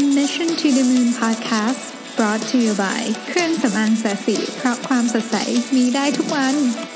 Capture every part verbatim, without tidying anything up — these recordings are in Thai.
Mission to the Moon Podcast brought to you by เครื่องสำอางแสสีเพราะความสดใสมีได้ทุกวัน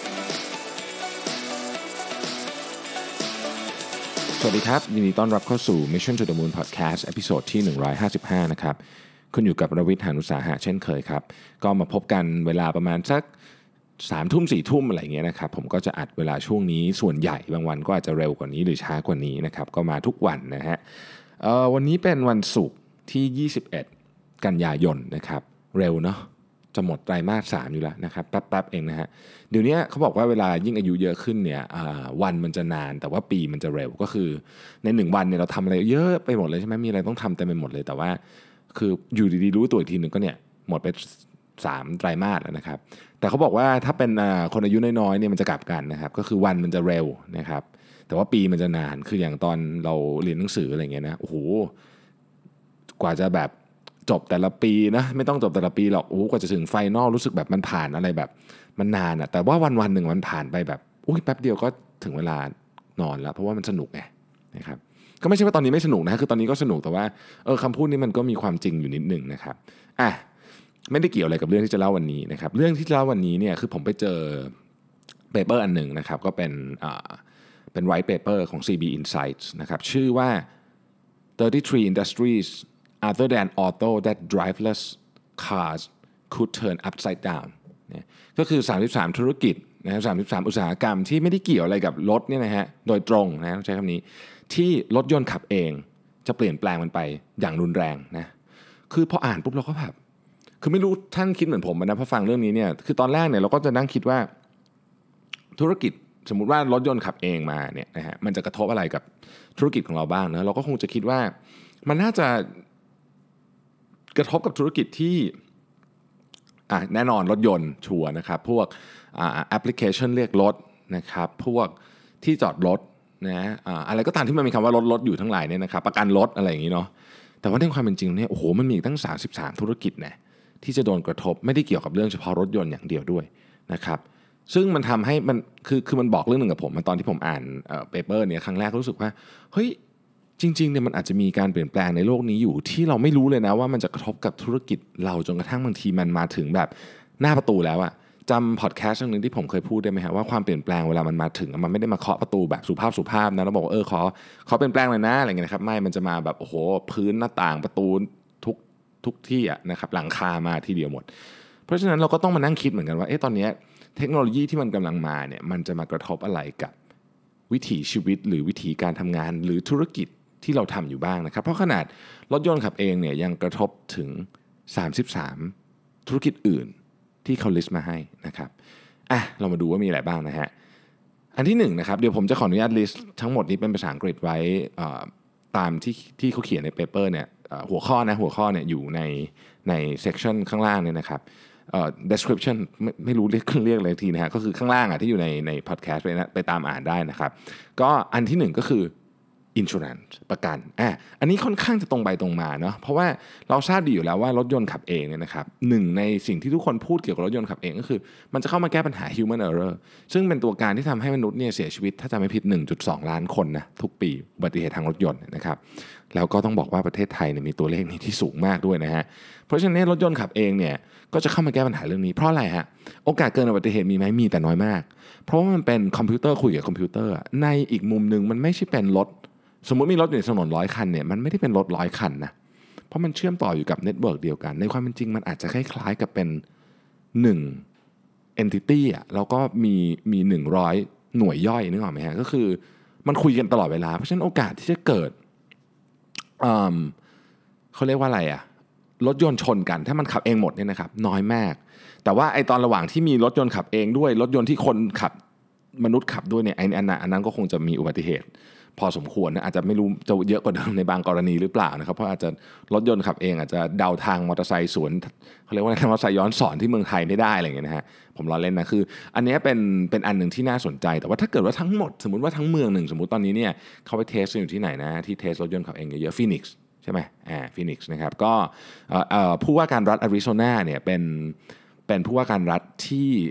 สวัสดีครับยินดีต้อนรับเข้าสู่ Mission to the Moon Podcast ตอนที่หนึ่งร้อยห้าสิบห้านะครับคุณอยู่กับรวิทย์ หาญอุตสาหะเช่นเคยครับก็มาพบกันเวลาประมาณสักสามทุ่มสี่ทุ่มอะไรเงี้ยนะครับผมก็จะอัดเวลาช่วงนี้ส่วนใหญ่บางวันก็อาจจะเร็วกว่านี้หรือช้ากว่านี้นะครับก็มาทุกวันนะฮะเอ่อวันนี้เป็นวันศุกร์ที่ยี่สิบเอ็ดกันยายนนะครับเร็วเนาะจะหมดไตรมาสสามอยู่แล้วนะครับแป๊บๆเองนะฮะเดี๋ยวนี้เขาบอกว่าเวลายิ่งอายุเยอะขึ้นเนี่ยวันมันจะนานแต่ว่าปีมันจะเร็วก็คือในหนึ่งวันเนี่ยเราทำอะไรเยอะไปหมดเลยใช่ไหมมีอะไรต้องทำเต็มไปหมดเลยแต่ว่าคืออยู่ดีๆรู้ตัวอีกทีนึงก็เนี่ยหมดไปสามไตรมาสแล้วนะครับแต่เขาบอกว่าถ้าเป็นคนอายุน้อยๆเนี่ยมันจะกลับกันนะครับก็คือวันมันจะเร็วนะครับแต่ว่าปีมันจะนานคืออย่างตอนเราเรียนหนังสืออะไรเงี้ยนะโอ้โหกว่าจะแบบจบแต่ละปีนะไม่ต้องจบแต่ละปีหรอกโอ้กว่าจะถึงไฟนอลรู้สึกแบบมันผ่านอะไรแบบมันนานอะแต่ว่าวันวันหนึ่งมันผ่านไปแบบอุ้ยแป๊บเดียวก็ถึงเวลานอนแล้วเพราะว่ามันสนุกไงนะครับก็ไม่ใช่ว่าตอนนี้ไม่สนุกนะคือตอนนี้ก็สนุกแต่ว่าเออคำพูดนี้มันก็มีความจริงอยู่นิดหนึ่งนะครับอ่ะไม่ได้เกี่ยวอะไรกับเรื่องที่จะเล่าวันนี้นะครับเรื่องที่จะเล่าวันนี้เนี่ยคือผมไปเจอเปเปอร์อันหนึ่งนะครับก็เป็นอ่าเป็น white paper ของ ซี บี Insights นะครับชื่อว่าthirty-three industries other than auto that driverless cars could turn upside down เนี่ยก็คือสามสิบสามธุรกิจนะสามสิบสามอุตสาหกรรมที่ไม่ได้เกี่ยวอะไรกับรถเนี่ยนะฮะโดยตรงนะต้องใช้คำนี้ที่รถยนต์ขับเองจะเปลี่ยนแปลงมันไปอย่างรุนแรงนะคือพออ่านปุ๊บเราก็แบบคือไม่รู้ท่านคิดเหมือนผมนะพอฟังเรื่องนี้เนี่ยคือตอนแรกเนี่ยเราก็จะนั่งคิดว่าธุรกิจสมมุติว่ารถยนต์ขับเองมาเนี่ยนะฮะมันจะกระทบอะไรกับธุรกิจของเราบ้างนะเราก็คงจะคิดว่ามันน่าจะกระทบกับธุรกิจที่อ่ะแน่นอนรถยนต์ชัวร์นะครับพวกอ่าแอปพลิเคชันเรียกรถนะครับพวกที่จอดรถนะอ่าอะไรก็ตามที่มันมีคำว่ารถรถอยู่ทั้งหลายเนี่ยนะครับประกันรถอะไรอย่างนี้เนาะแต่ว่าในความเป็นจริงเนี่ยโอ้โหมันมีตั้งสามสิบสามธุรกิจนะที่จะโดนกระทบไม่ได้เกี่ยวกับเรื่องเฉพาะรถยนต์อย่างเดียวด้วยนะครับซึ่งมันทำให้มันคือคือมันบอกเรื่องหนึ่งกับผมตอนที่ผมอ่านเอ่อเปเปอร์เนี่ยครั้งแรกรู้สึกว่าเฮ้ยจริงๆเนี่ยมันอาจจะมีการเปลี่ยนแปลงในโลกนี้อยู่ที่เราไม่รู้เลยนะว่ามันจะกระทบกับธุรกิจเราจนกระทั่งบางทีมันมาถึงแบบหน้าประตูแล้วอะจำพอดแคสต์นึงที่ผมเคยพูดได้ไหมฮะว่าความเปลี่ยนแปลงเวลามันมาถึงมันไม่ได้มาเคาะประตูแบบสุภาพสุภาพนะแล้วบอกว่าเออขอขอเปลี่ยนแปลงเลยนะอะไรเงี้ยนะครับไม่มันจะมาแบบโอ้โหพื้นหน้าต่างประตูทุกทุกที่อะนะครับหลังคามาทีเดียวหมดเพราะฉะนั้นเราก็ต้องมานั่งคิดเหมือนกันว่าเอ๊ะตอนนี้เทคโนโลยีที่มันกำลังมาเนี่ยมันจะมากระทบอะไรกับวิถีชีวิตหรือวิถีการทำงานหรือธุรกิจที่เราทำอยู่บ้างนะครับเพราะขนาดรถยนต์ขับเองเนี่ยยังกระทบถึงสามสิบสามธุรกิจอื่นที่เขาลิสต์มาให้นะครับอ่ะเรามาดูว่ามีอะไรบ้างนะฮะอันที่หนึ่งนะครับเดี๋ยวผมจะขออนุญาตลิสต์ทั้งหมดนี้เป็นภาษาอังกฤษไว้ตามที่ที่เขาเขียนในเปเปอร์เนี่ยหัวข้อนะหัวข้อเนี่ยอยู่ในในเซกชันข้างล่างเนี่ยนะครับเอ่อ description ไม่ไม่รู้เรียกเรียกอะไรทีนะฮะก็คือข้างล่างอ่ะที่อยู่ในในพอดแคสต์ไปนะไปตามอ่านได้นะครับก็อันที่หนึ่งก็คือinsurance ประกันอ่ะอันนี้ค่อนข้างจะตรงไปตรงมาเนาะเพราะว่าเราทราบดีอยู่แล้วว่ารถยนต์ขับเองเนี่ยนะครับหนึ่งในสิ่งที่ทุกคนพูดเกี่ยวกับรถยนต์ขับเองก็คือมันจะเข้ามาแก้ปัญหา human error ซึ่งเป็นตัวการที่ทำให้มนุษย์เนี่ยเสียชีวิตถ้าจำไม่ผิด หนึ่งจุดสอง ล้านคนนะทุกปีอุบัติเหตุทางรถยนต์นะครับแล้วก็ต้องบอกว่าประเทศไทยเนี่ยมีตัวเลขนี้ที่สูงมากด้วยนะฮะเพราะฉะนั้นรถยนต์ขับเองเนี่ยก็จะเข้ามาแก้ปัญหาเรื่องนี้เพราะอะไรฮะโอกาสเกิดอุบัติเหตุมีไหมมีแต่น้อยมากเพราะว่ามันเป็นคอมพิวเตอร์คุยกับคอมพิวเตอร์ในอีกมุมนึงมันไม่ใช่เป็นรถสมมุติมีรถอยู่ในถนนร้อยคันเนี่ยมันไม่ได้เป็นรถร้อยคันนะเพราะมันเชื่อมต่ออยู่กับเน็ตเวิร์กเดียวกันในความเป็นจริงมันอาจจะคล้ายๆกับเป็นหนึ่ง entity อ่ะแล้วก็มีมีหนึ่งร้อยหน่วยย่อยนึกออกไหมฮะก็คือมันคุยกันตลอดเวลาเพราะฉะนั้นโอกาสที่จะเกิดเอ่อเขาเรียกว่าอะไรอ่ะรถยนต์ชนกันถ้ามันขับเองหมดเนี่ยนะครับน้อยมากแต่ว่าไอ้ตอนระหว่างที่มีรถยนต์ขับเองด้วยรถยนต์ที่คนขับมนุษย์ขับด้วยเนี่ยไอ้อันนั้นอันนั้นก็คงจะมีอุบัติเหตุพอสมควรนะอาจจะไม่รู้จะเยอะกว่าเดิมในบางกรณีหรือเปล่านะครับเพราะอาจจะรถยนต์ขับเองอาจจะเดาทางมอเตอร์ไซค์สวนเขาเรียกว่ามอเตอร์ไซค์ย้อนสอนที่เมืองไทยไม่ได้อะไรอย่างเงี้ยนะฮะผมล้อเล่นนะคืออันนี้เป็นเป็นอันหนึ่งที่น่าสนใจแต่ว่าถ้าเกิดว่าทั้งหมดสมมติว่าทั้งเมืองหนึ่งสมมติตอนนี้เนี่ยเขาไปเทสอยู่ที่ไหนนะที่เทสรถยนต์ขับเองเยอะๆฟีนิกซ์ใช่ไหมอ่าฟีนิกซ์นะครับก็ผู้ว่าการรัฐอาริโซนาเนี่ยเป็นเป็นผู้ว่าการรัฐที่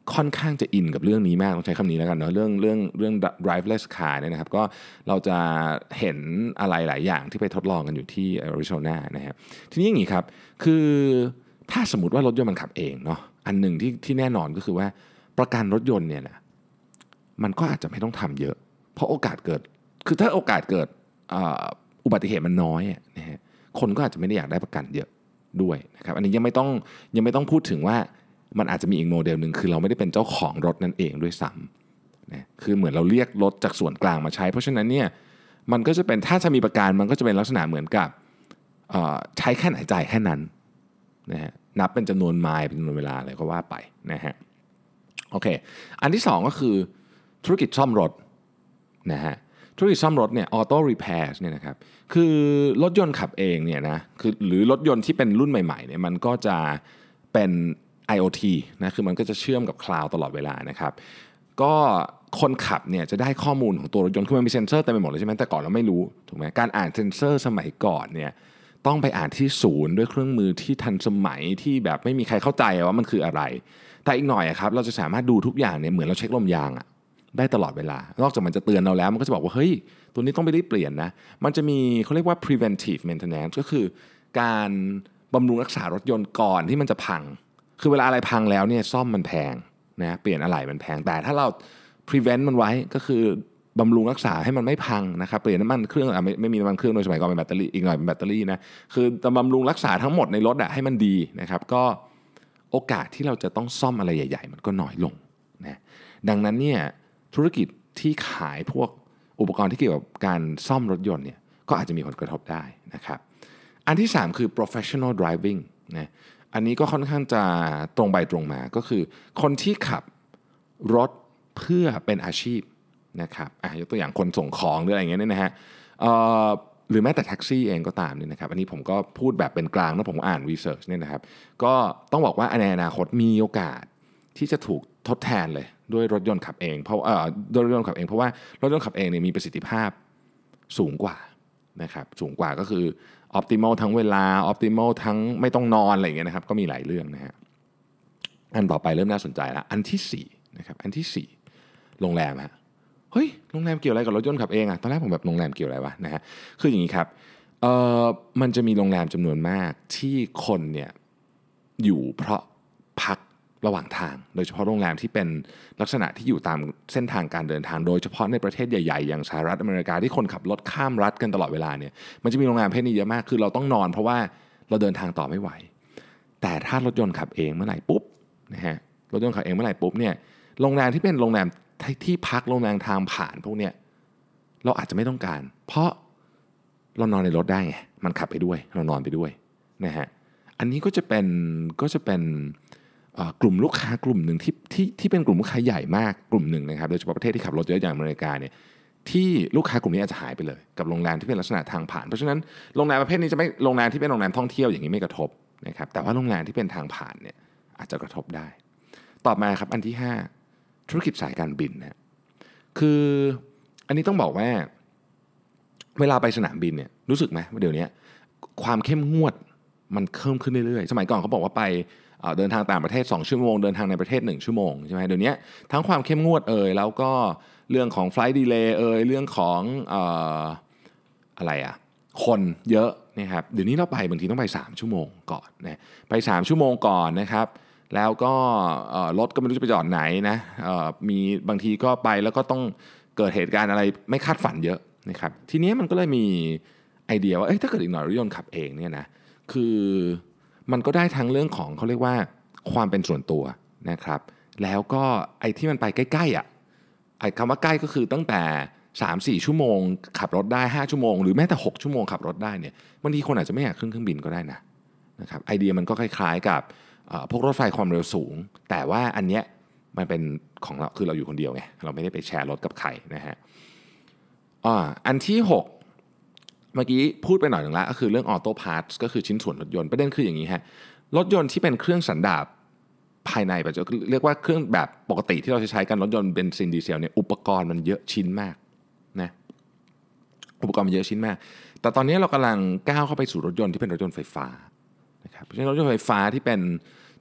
ค่อนข้างจะอินกับเรื่องนี้มากต้องใช้คำนี้แล้วกันเนาะเรื่องเรื่องเรื่อง driverless car เนี่ยนะครับก็เราจะเห็นอะไรหลายอย่างที่ไปทดลองกันอยู่ที่แอริโซนานะครับทีนี้อย่างนี้ครับคือถ้าสมมติว่ารถยนต์มันขับเองเนาะอันหนึ่งที่ที่แน่นอนก็คือว่าประกันรถยนต์เนี่ยนะมันก็อาจจะไม่ต้องทำเยอะเพราะโอกาสเกิดคือถ้าโอกาสเกิดอุบัติเหตุมันน้อยนะฮะคนก็อาจจะไม่ได้อยากได้ประกันเยอะด้วยนะครับอันนี้ยังไม่ต้องยังไม่ต้องพูดถึงว่ามันอาจจะมีอีกโมเดลหนึ่งคือเราไม่ได้เป็นเจ้าของรถนั่นเองด้วยซ้ำนะคือเหมือนเราเรียกรถจากส่วนกลางมาใช้เพราะฉะนั้นเนี่ยมันก็จะเป็นถ้าจะมีประกันมันก็จะเป็นลักษณะเหมือนกับใช้แค่ไหนจ่ายแค่นั้นนะฮะนับเป็นจำนวนไมล์เป็นจำนวนเวลาอะไรก็ว่าไปนะฮะโอเคอันที่สองก็คือธุรกิจซ่อมรถนะฮะธุรกิจซ่อมรถเนี่ยออโต้รีแพร์เนี่ยนะครับคือรถยนต์ขับเองเนี่ยนะคือหรือรถยนต์ที่เป็นรุ่นใหม่ๆเนี่ยมันก็จะเป็น IoT นะคือมันก็จะเชื่อมกับคลาวด์ตลอดเวลานะครับก็คนขับเนี่ยจะได้ข้อมูลของตัวรถยนต์คือมันมีเซ็นเซอร์เต็มไปหมดเลยใช่ไหมแต่ก่อนเราไม่รู้ถูกไหมการอ่านเซ็นเซอร์สมัยก่อนเนี่ยต้องไปอ่านที่ศูนย์ด้วยเครื่องมือที่ทันสมัยที่แบบไม่มีใครเข้าใจว่ามันคืออะไรแต่อีกหน่อยครับเราจะสามารถดูทุกอย่างเนี่ยเหมือนเราเช็คลมยางอะได้ตลอดเวลานอกจากมันจะเตือนเราแล้วมันก็จะบอกว่าเฮ้ยตัวนี้ต้องไปรีบเปลี่ยนนะมันจะมีเขาเรียกว่า preventive maintenance ก็คือการบำรุงรักษารถยนต์ก่อนที่มันจะพังคือเวลาอะไรพังแล้วเนี่ยซ่อมมันแพงนะเปลี่ยนอะไหล่มันแพงแต่ถ้าเรา prevent มันไว้ก็คือบำรุงรักษาให้มันไม่พังนะครับเปลี่ยนน้ำมันเครื่องอ่ะไม่ไม่มีน้ำมันเครื่องโดยสมัยก่อนเป็นแบตเตอรี่อีกหน่อยเป็นแบตเตอรี่นะคือจะบำรุงรักษาทั้งหมดในรถอ่ะให้มันดีนะครับก็โอกาสที่เราจะต้องซ่อมอะไรใหญ่ๆมันก็น้อยลงนะดังนั้นเนี่ยธุรกิจที่ขายพวกอุปกรณ์ที่เกี่ยวกับการซ่อมรถยนต์เนี่ยก็อาจจะมีผลกระทบได้นะครับอันที่สามคือ professional driving นะอันนี้ก็ค่อนข้างจะตรงไปตรงมาก็คือคนที่ขับรถเพื่อเป็นอาชีพนะครับอ่ะยกตัวอย่างคนส่งของหรืออะไรอย่างเงี้ยนะฮะหรือแม้แต่แท็กซี่เองก็ตามเนี่ยนะครับอันนี้ผมก็พูดแบบเป็นกลางนะผมอ่านรีเสิร์ชเนี่ยนะครับก็ต้องบอกว่าในอนาคตมีโอกาสที่จะถูกทดแทนเลยด้วยรถยนต์ขับเองเพราะเอ่อด้วยรถยนต์ขับเองเพราะว่ารถยนต์ขับเองเนี่ยมีประสิทธิภาพสูงกว่านะครับสูงกว่าก็คือ optimal ทั้งเวลา optimal ทั้งไม่ต้องนอนอะไรอย่างเงี้ยนะครับก็มีหลายเรื่องนะฮะอันต่อไปเริ่มน่าสนใจแล้วอันที่สี่นะครับอันที่สี่โรงแรมฮะเฮ้ยโรงแรมเกี่ยวอะไรกับรถยนต์ขับเองอะตอนแรกผมแบบโรงแรมเกี่ยวอะไรวะนะฮะคืออย่างนี้ครับเอ่อมันจะมีโรงแรมจำนวนมากที่คนเนี่ยอยู่เพราะพักระหว่างทางโดยเฉพาะโรงแรมที่เป็นลักษณะที่อยู่ตามเส้นทางการเดินทางโดยเฉพาะในประเทศใหญ่ๆอย่างสหรัฐอเมริกาที่คนขับรถข้ามรัฐกันตลอดเวลาเนี่ยมันจะมีโรงแรมเพศนี้เยอะมากคือเราต้องนอนเพราะว่าเราเดินทางต่อไม่ไหวแต่ถ้ารถยนต์ขับเองเมื่อไหร่ปุ๊บนะฮะรถยนต์ขับเองเมื่อไหร่ปุ๊บเนี่ยโรงแรมที่เป็นโรงแรมที่พักโรงแรมทางผ่านพวกเนี้ยเราอาจจะไม่ต้องการเพราะเรานอนในรถได้ไงมันขับไปด้วยเรานอนไปด้วยนะฮะอันนี้ก็จะเป็นก็จะเป็นกลุ่มลูกค้ากลุ่มหนึ่งที่ที่ที่เป็นกลุ่มลูกค้าใหญ่มากกลุ่มหนึ่งนะครับโดยเฉพาะประเทศที่ขับรถเยอะอย่างอเมริกาเนี่ยที่ลูกค้ากลุ่มนี้อาจจะหายไปเลยกับโรงแรมที่เป็นลักษณะทางผ่านเพราะฉะนั้นโรงแรมประเภทนี้จะไม่โรงแรมที่เป็นโรงแรมท่องเที่ยวอย่างนี้ไม่กระทบนะครับแต่ว่าโรงแรมที่เป็นทางผ่านเนี่ยอาจจะกระทบได้ต่อมาครับอันที่ห้าธุรกิจสายการบินนะคืออันนี้ต้องบอกว่าเวลาไปสนามบินเนี่ยรู้สึกไหมว่าเดี๋ยวนี้ความเข้มงวดมันเพิ่มขึ้นเรื่อยๆสมัยก่อนเขาบอกว่าไปเดินทางต่างประเทศสองชั่วโมงเดินทางในประเทศหนึ่งชั่วโมงใช่ไหมเดี๋ยวนี้ทั้งความเข้มงวดเอ่ยแล้วก็เรื่องของ flight delay เอ่ยเรื่องของเอ่ออะไรอ่ะคนเยอะนะครับเดี๋ยวนี้เราไปบางทีต้องไปสามชั่วโมงก่อนนะไปสามชั่วโมงก่อนนะครับแล้วก็รถก็ไม่รู้จะไปจอดไหนนะมีบางทีก็ไปแล้วก็ต้องเกิดเหตุการณ์อะไรไม่คาดฝันเยอะนะครับทีนี้มันก็เลยมีไอเดียว่าเอ้ยถ้าเกิดอีกหน่อยรถยนต์ขับเองเนี่ยนะคือมันก็ได้ทั้งเรื่องของเขาเรียกว่าความเป็นส่วนตัวนะครับแล้วก็ไอ้ที่มันไปใกล้ๆอ่ะไอ้คำว่าใกล้ก็คือตั้งแต่ สามสี่ ชั่วโมงขับรถได้ห้าชั่วโมงหรือแม้แต่หกชั่วโมงขับรถได้เนี่ยบางทีคนอาจจะไม่อยากขึ้นเครื่องบินก็ได้นะนะครับไอเดียมันก็คล้ายๆกับพวกรถไฟความเร็วสูงแต่ว่าอันเนี้ยมันเป็นของเราคือเราอยู่คนเดียวไงเราไม่ได้ไปแชร์รถกับใครนะฮะอ่าอันที่หกเมื่อกี้พูดไปหน่อยนึงแล้วก็คือเรื่องออโต้พาร์ทส์ก็คือชิ้นส่วนรถยนต์ประเด็นคืออย่างนี้ฮะรถยนต์ที่เป็นเครื่องสันดาปภายในแบบเรียกว่าเครื่องแบบปกติที่เราใช้กันรถยนต์เบนซินดีเซลเนี่ยอุปกรณ์มันเยอะชิ้นมากนะอุปกรณ์มันเยอะชิ้นมากแต่ตอนนี้เรากำลังก้าวเข้าไปสู่รถยนต์ที่เป็นรถยนต์ไฟฟ้านะครับเพราะฉะนั้นรถยนต์ไฟฟ้าที่เป็น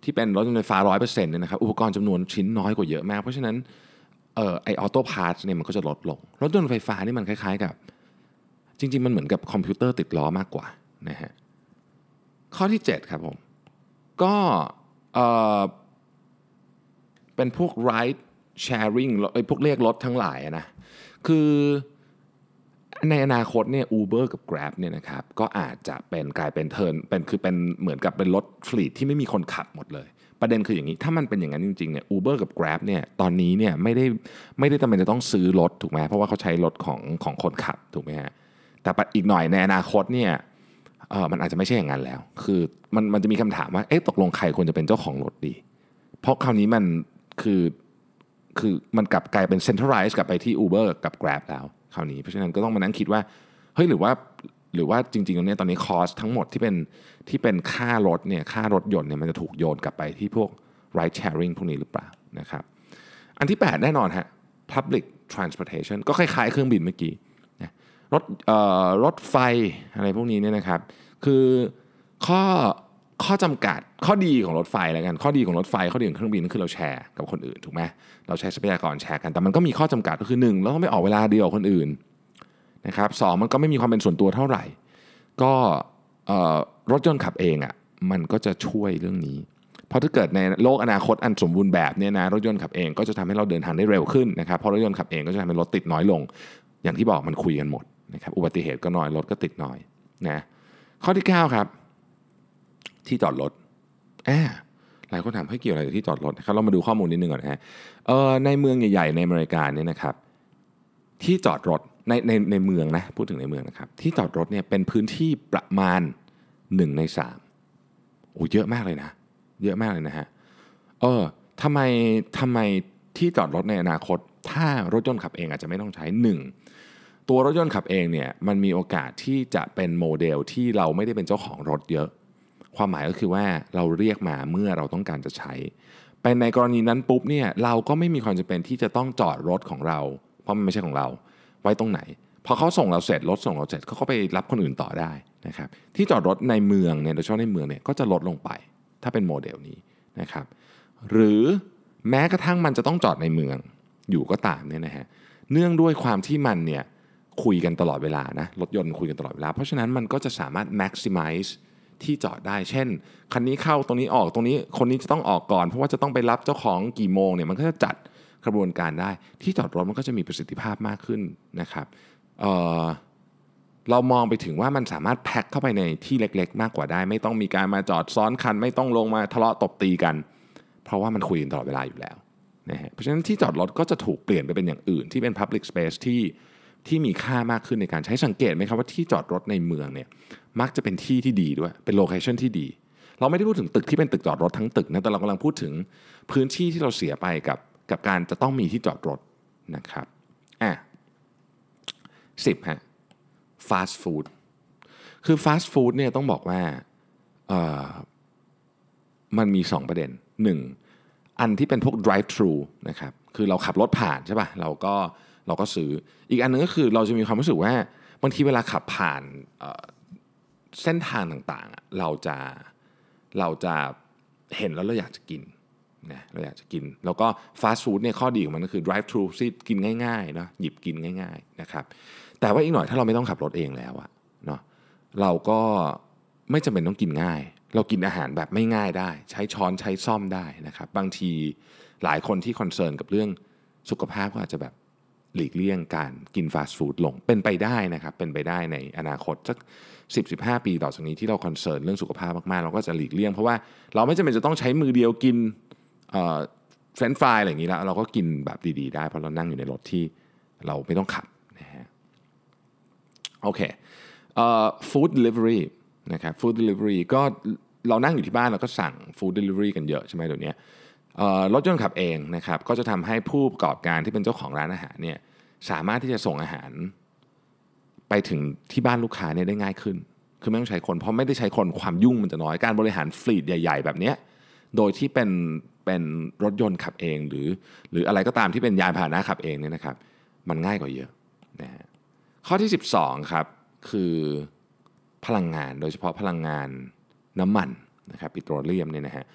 ที่เป็นรถยนต์ไฟฟ้า ร้อยเปอร์เซ็นต์ เนี่ยนะครับอุปกรณ์จำนวนชิ้นน้อยกว่าเยอะมากเพราะฉะนั้นเอ่อไอ้ออโต้พาร์ทเนี่ยมันก็จะลดลงรถยนต์ไฟฟ้านี่มันคล้ายๆกับจริงๆมันเหมือนกับคอมพิวเตอร์ติดล้อมากกว่านะฮะข้อที่เจ็ดครับผมก็เอ่อเป็นพวก ride sharing ไอ้พวกเรียกรถทั้งหลายนะคือในอนาคตเนี่ย Uber กับ Grab เนี่ยนะครับก็อาจจะเป็นกลายเป็นเทิร์นเป็นคือเป็นเหมือนกับเป็นรถฟลีทที่ไม่มีคนขับหมดเลยประเด็นคืออย่างนี้ถ้ามันเป็นอย่างนั้นจริงๆเนี่ย Uber กับ Grab เนี่ยตอนนี้เนี่ยไม่ได้ไม่ได้จำเป็นจะต้องซื้อรถถูกไหมเพราะว่าเขาใช้รถของของคนขับถูกไหมฮะแต่อีกหน่อยในอนาคตเนี่ยเออมันอาจจะไม่ใช่อย่างนั้นแล้วคือมันมันจะมีคำถามว่าเอ๊ะตกลงใครควรจะเป็นเจ้าของรถดีเพราะคราวนี้มันคือคือมันกลับกลายเป็น centralize กลับไปที่ Uber กับ Grab แล้วคราวนี้เพราะฉะนั้นก็ต้องมานั่งคิดว่าเฮ้ยหรือว่าหรือว่าจริงๆตรงนี้ตอนนี้คอสทั้งหมดที่เป็นที่เป็นค่ารถเนี่ยค่ารถยนต์เนี่ยมันจะถูกโยนกลับไปที่พวก ride sharing พวกนี้หรือเปล่านะครับอันที่แปดแน่นอนฮะ public transportation ก็คล้ายๆเครื่องบินเมื่อกี้นะรถเอ่อรถไฟอะไรพวกนี้เนี่ยนะครับคือข้อข้อจำกัดข้อดีของรถไฟแล้วกันข้อดีของรถไฟข้อดีของเครื่องบินก็คือเราแชร์กับคนอื่นถูกไหมเราใช้ทรัพยากรแชร์กันแต่มันก็มีข้อจำกัดก็คือหนึ่งเราต้องไม่ออกเวลาเดียวกับคนอื่นนะครับสองมันก็ไม่มีความเป็นส่วนตัวเท่าไหร่ก็รถยนต์ขับเองอ่ะมันก็จะช่วยเรื่องนี้เพราะถ้าเกิดในโลกอนาคตอันสมบูรณ์แบบเนี่ยนะรถยนต์ขับเองก็จะทำให้เราเดินทางได้เร็วขึ้นนะครับเพราะรถยนต์ขับเองก็จะทำให้รถติดน้อยลงอย่างที่บอกมันคุยกันหมดนะครับอุบัติเหตุก็น้อยรถก็ติดน้อยนะข้อที่เก้าครับที่จอดรถแอบหลายคนถามให้เกี่ยวอะไรกับที่จอดรถนะครับเรามาดูข้อมูลนิดนึงก่อนนะฮะเอ่อในเมืองใหญ่ๆในอเมริกาเนี่ยนะครับที่จอดรถในในในเมืองนะพูดถึงในเมืองนะครับที่จอดรถเนี่ยเป็นพื้นที่ประมาณหนึ่งในสามโอ้เยอะมากเลยนะเยอะมากเลยนะฮะเออทำไมทำไมที่จอดรถในอนาคตถ้ารถยนต์ขับเองอาจจะไม่ต้องใช้หนึ่งตัวรถยนต์ขับเองเนี่ยมันมีโอกาสที่จะเป็นโมเดลที่เราไม่ได้เป็นเจ้าของรถเยอะความหมายก็คือว่าเราเรียกมาเมื่อเราต้องการจะใช้ไปในกรณีนั้นปุ๊บเนี่ยเราก็ไม่มีความจำเป็นที่จะต้องจอดรถของเราเพราะมันไม่ใช่ของเราไว้ตรงไหนพอเขาส่งเราเสร็จรถส่งเราเสร็จเขาก็ไปรับคนอื่นต่อได้นะครับที่จอดรถในเมืองเนี่ยโดยเฉพาะในเมืองเนี่ยก็จะลดลงไปถ้าเป็นโมเดลนี้นะครับหรือแม้กระทั่งมันจะต้องจอดในเมืองอยู่ก็ตามเนี่ยนะฮะเนื่องด้วยความที่มันเนี่ยคุยกันตลอดเวลานะรถยนต์คุยกันตลอดเวลาเพราะฉะนั้นมันก็จะสามารถ maximize ที่จอดได้เช่นคันนี้เข้าตรงนี้ออกตรงนี้คนนี้จะต้องออกก่อนเพราะว่าจะต้องไปรับเจ้าของกี่โมงเนี่ยมันก็จะจัดกระบวนการได้ที่จอดรถมันก็จะมีประสิทธิภาพมากขึ้นนะครับเอ่อเรามองไปถึงว่ามันสามารถแพ็คเข้าไปในที่เล็กๆมากกว่าได้ไม่ต้องมีการมาจอดซ้อนคันไม่ต้องลงมาทะเลาะตบตีกันเพราะว่ามันคุยกันตลอดเวลาอยู่แล้วนะฮะเพราะฉะนั้นที่จอดรถก็จะถูกเปลี่ยนไปเป็นอย่างอื่นที่เป็น Public Space ที่ที่มีค่ามากขึ้นในการใช้สังเกตไหมครับว่าที่จอดรถในเมืองเนี่ยมักจะเป็นที่ที่ดีด้วยเป็นโลเคชั่นที่ดีเราไม่ได้พูดถึงตึกที่เป็นตึกจอดรถทั้งตึกนะแต่เรากำลังพูดถึงพื้นที่ที่เราเสียไปกับกับการจะต้องมีที่จอดรถนะครับอ่ะสิบฮะฟาสต์ฟู้ดคือฟาสต์ฟู้ดเนี่ยต้องบอกว่าเอ่อมันมีสองประเด็นหนึ่งอันที่เป็นพวก drive thru นะครับคือเราขับรถผ่านใช่ป่ะเราก็เราก็ซื้ออีกอันนึงก็คือเราจะมีความรู้สึกว่าบางทีเวลาขับผ่านเส้นทางต่างๆเราจะเราจะเห็นแล้วเราอยากจะกินนะเราอยากจะกินแล้วก็ฟาสต์ฟู้ดเนี่ยข้อดีของมันก็คือ drive thru ที่กินง่ายๆเนาะหยิบกินง่ายๆนะครับแต่ว่าอีกหน่อยถ้าเราไม่ต้องขับรถเองแล้วอะเนาะเราก็ไม่จำเป็นต้องกินง่ายเรากินอาหารแบบไม่ง่ายได้ใช้ช้อนใช้ซ่อมได้นะครับบางทีหลายคนที่คอนเซิร์นกับเรื่องสุขภาพก็อาจจะแบบหลีกเลี่ยงการกินฟาสต์ฟู้ดลงเป็นไปได้นะครับเป็นไปได้ในอนาคตสัก สิบถึงสิบห้า ปีต่อจากนี้ที่เราคอนเซิร์นเรื่องสุขภาพมากๆเราก็จะหลีกเลี่ยงเพราะว่าเราไม่จำเป็นจะต้องใช้มือเดียวกินเอ่อเฟรนช์ฟรายอะไรอย่างนี้แล้วเราก็กินแบบดีๆได้เพราะเรานั่งอยู่ในรถที่เราไม่ต้องขับนะฮะโอเคเอ่อฟู้ดเดลิเวอรี่นะครับฟู้ดเดลิเวอรี่ก็เรานั่งอยู่ที่บ้านเราก็สั่งฟู้ดเดลิเวอรี่กันเยอะใช่ไหมเดี๋ยวนี้รถยนต์ขับเองนะครับก็จะทำให้ผู้ประกอบการที่เป็นเจ้าของร้านอาหารเนี่ยสามารถที่จะส่งอาหารไปถึงที่บ้านลูกค้าเนี่ยได้ง่ายขึ้นคือไม่ต้องใช้คนเพราะไม่ได้ใช้คนความยุ่งมันจะน้อยการบริหารฟลีทใหญ่ๆแบบนี้โดยที่เป็นเป็นรถยนต์ขับเองหรือหรืออะไรก็ตามที่เป็นยานพาหนะขับเองเนี่ยนะครับมันง่ายกว่าเยอะนะฮะข้อที่สิบสองครับคือพลังงานโดยเฉพาะพลังงานน้ำมันนะครับปิโตรเลียมเนี่ยนะฮะ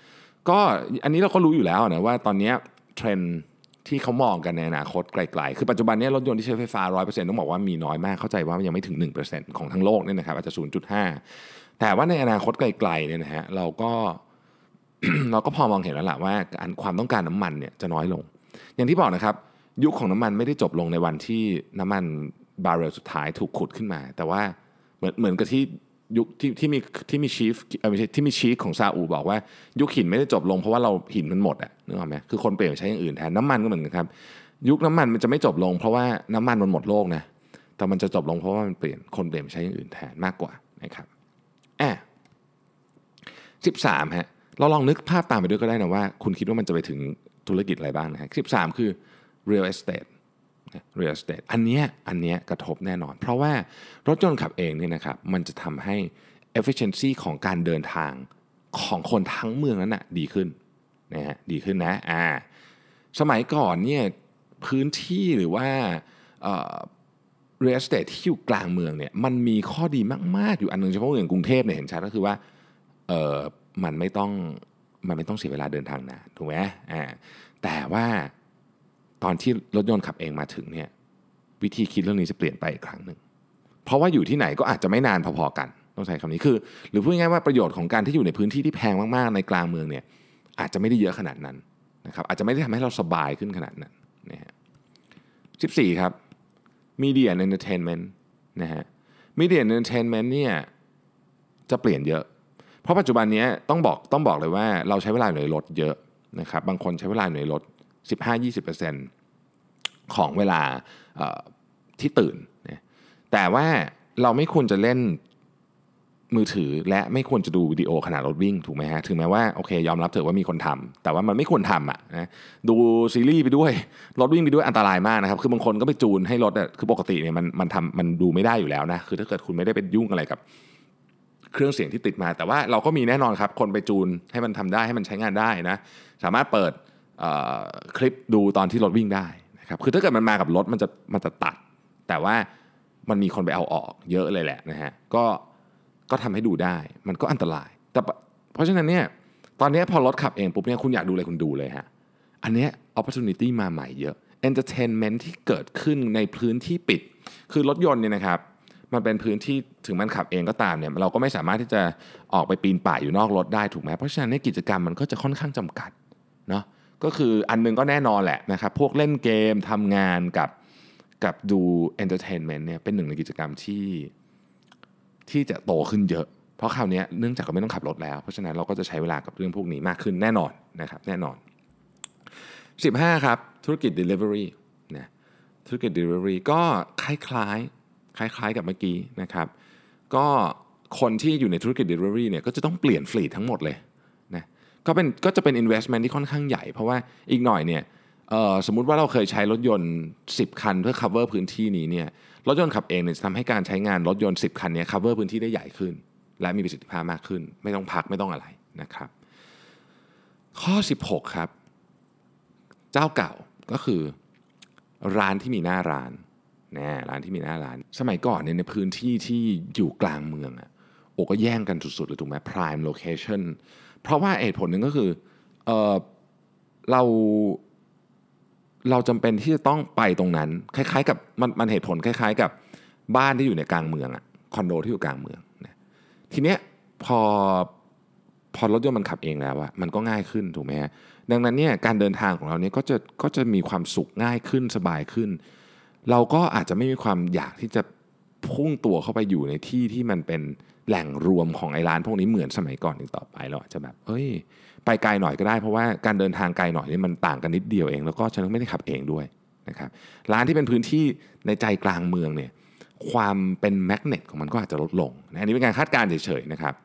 ก็อันนี้เราก็รู้อยู่แล้วนะว่าตอนนี้เทรนด์ที่เขามองกันในอนาคตไกลๆคือปัจจุบันนี้รถยนต์ที่ใช้ไฟฟ้า ร้อยเปอร์เซ็นต์ ต้องบอกว่ามีน้อยมากเข้าใจว่ามันยังไม่ถึง หนึ่งเปอร์เซ็นต์ ของทั้งโลกเนี่ยนะครับอาจจะ ศูนย์จุดห้า แต่ว่าในอนาคตไกลๆเนี่ยนะฮะเราก็ เราก็พอมองเห็นแล้วล่ะว่าความต้องการน้ำมันเนี่ยจะน้อยลงอย่างที่บอกนะครับยุคของน้ำมันไม่ได้จบลงในวันที่น้ำมันบาร์เรลสุดท้ายถูกขุดขึ้นมาแต่ว่าเหมือนเหมือนกับที่ยุคที่ที่มีที่มีชีฟเออไม่ใช่ที่มีชีฟของซาอุบอกว่ายุคหินไม่ได้จบลงเพราะว่าเราหินมันหมดอะนึกออกไหมคือคนเปลี่ยนใช้อย่างอื่นแทนน้ำมันก็เหมือนกันครับยุคน้ำมันมันจะไม่จบลงเพราะว่าน้ำมันมันหมดโลกนะแต่มันจะจบลงเพราะว่ามันเปลี่ยนคนเปลี่ยนใช้อย่างอื่นแทนมากกว่านะครับแอบสิบสามฮะเราลองนึกภาพตามไปด้วยก็ได้นะว่าคุณคิดว่ามันจะไปถึงธุรกิจอะไรบ้างนะฮะสิบสามคือ real estate real estate อันเนี้ยอันเนี้ยกระทบแน่นอนเพราะว่ารถยนต์ขับเองเนี่ยนะครับมันจะทำให้ efficiency ของการเดินทางของคนทั้งเมืองนั้นนะดีขึ้นนะฮะดีขึ้นนะอ่าสมัยก่อนเนี่ยพื้นที่หรือว่าเอ่อ real estate ที่อยู่กลางเมืองเนี่ยมันมีข้อดีมากๆอยู่อันนึงเฉพาะอย่างกรุงเทพเนี่ยเห็นชัดก็คือว่าเออมันไม่ต้องมันไม่ต้องเสียเวลาเดินทางนานถูกไหมอ่าแต่ว่าตอนที่รถยนต์ขับเองมาถึงเนี่ยวิธีคิดเรื่องนี้จะเปลี่ยนไปอีกครั้งหนึ่งเพราะว่าอยู่ที่ไหนก็อาจจะไม่นานพอๆกันต้องใช้คำนี้คือหรือพูดง่ายๆว่าประโยชน์ของการที่อยู่ในพื้นที่ที่แพงมากๆในกลางเมืองเนี่ยอาจจะไม่ได้เยอะขนาดนั้นนะครับอาจจะไม่ได้ทำให้เราสบายขึ้นขนาดนั้นนะฮะสิบสี่ครับ Media and Entertainment นะฮะ Media and Entertainment เนี่ยจะเปลี่ยนเยอะเพราะปัจจุบันนี้ต้องบอกต้องบอกเลยว่าเราใช้เวลาอยู่ในรถเยอะนะครับบางคนใช้เวลาอยู่ในรถ สิบห้าถึงยี่สิบเปอร์เซ็นต์ ของเวลาที่ตื่นนะแต่ว่าเราไม่ควรจะเล่นมือถือและไม่ควรจะดูวิดีโอขณะรถวิ่งถูกไหมฮะถึงแม้ว่าโอเคยอมรับเถอะว่ามีคนทำแต่ว่ามันไม่ควรทำอ่ะนะดูซีรีส์ไปด้วยรถวิ่งไปด้วยอันตรายมากนะครับคือบางคนก็ไปจูนให้รถอ่ะคือปกติเนี่ยมันมันทำมันดูไม่ได้อยู่แล้วนะคือถ้าเกิดคุณไม่ได้ไปยุ่งอะไรกับเครื่องเสียงที่ติดมาแต่ว่าเราก็มีแน่นอนครับคนไปจูนให้มันทำได้ให้มันใช้งานได้นะสามารถเปิดคลิปดูตอนที่รถวิ่งได้นะครับคือถ้าเกิดมันมากับรถมันจะมันจะตัดแต่ว่ามันมีคนไปเอาออกเยอะเลยแหละนะฮะก็ก็ทำให้ดูได้มันก็อันตรายแต่เพราะฉะนั้นเนี่ยตอนนี้พอรถขับเองปุ๊บเนี่ยคุณอยากดูอะไรคุณดูเลยฮะอันนี้ opportunity มาใหม่เยอะ entertainment ที่เกิดขึ้นในพื้นที่ปิดคือรถยนต์เนี่ยนะครับมันเป็นพื้นที่ถึงมันขับเองก็ตามเนี่ยเราก็ไม่สามารถที่จะออกไปปีนป่ายอยู่นอกรถได้ถูกไหมเพราะฉะนั้นกิจกรรมมันก็จะค่อนข้างจำกัดเนาะก็คืออันนึงก็แน่นอนแหละนะครับพวกเล่นเกมทำงานกับกับดู entertainment เนี่ยเป็นหนึ่งในกิจกรรมที่ที่จะโตขึ้นเยอะเพราะคราวนี้เนื่องจากเราไม่ต้องขับรถแล้วเพราะฉะนั้นเราก็จะใช้เวลากับเรื่องพวกนี้มากขึ้นแน่นอนนะครับแน่นอนสิบห้าครับธุรกิจ delivery นะธุรกิจ delivery ก็คล้ายๆคล้ายๆกับเมื่อกี้นะครับก็คนที่อยู่ในธุรกิจ delivery เนี่ยก็จะต้องเปลี่ยนฟลีททั้งหมดเลยนะก็เป็นก็จะเป็น investment ที่ค่อนข้างใหญ่เพราะว่าอีกหน่อยเนี่ยสมมุติว่าเราเคยใช้รถยนต์สิบคันเพื่อ cover พื้นที่นี้เนี่ยรถยนต์ขับเองเนี่ยจะทำให้การใช้งานรถยนต์สิบคันนี้ cover พื้นที่ได้ใหญ่ขึ้นและมีประสิทธิภาพมากขึ้นไม่ต้องพักไม่ต้องอะไรนะครับข้อสิบหกครับเจ้าเก่าก็คือร้านที่มีหน้าร้านนะร้านที่มีหน้าร้านสมัยก่อนเนี่ยในพื้นที่ที่อยู่กลางเมืองอ่ะโอ้ก็แย่งกันสุดๆเลยถูกไหม prime location เพราะว่าเหตุผลหนึ่งก็คือเออเราเราจำเป็นที่จะต้องไปตรงนั้นคล้ายๆกับมันมันเหตุผลคล้ายๆกับบ้านที่อยู่ในกลางเมืองอ่ะคอนโดที่อยู่กลางเมืองนะทีเนี้ยพอพอรถยนต์มันขับเองแล้วอะมันก็ง่ายขึ้นถูกไหมฮะดังนั้นเนี่ยการเดินทางของเราเนี่ยก็จะก็จะมีความสุขง่ายขึ้นสบายขึ้นเราก็อาจจะไม่มีความอยากที่จะพุ่งตัวเข้าไปอยู่ในที่ที่มันเป็นแหล่งรวมของไอ้ร้านพวกนี้เหมือนสมัยก่อนอีกต่อไปเราอาจจะแบบเอ้ยไปไกลหน่อยก็ได้เพราะว่าการเดินทางไกลหน่อยนี่มันต่างกันนิดเดียวเองแล้วก็ฉันไม่ได้ขับเองด้วยนะครับร้านที่เป็นพื้นที่ในใจกลางเมืองเนี่ยความเป็นแมกเนตของมันก็อาจจะลดลงนะอันนี้เป็นการคาดการณ์เฉยๆนะครับ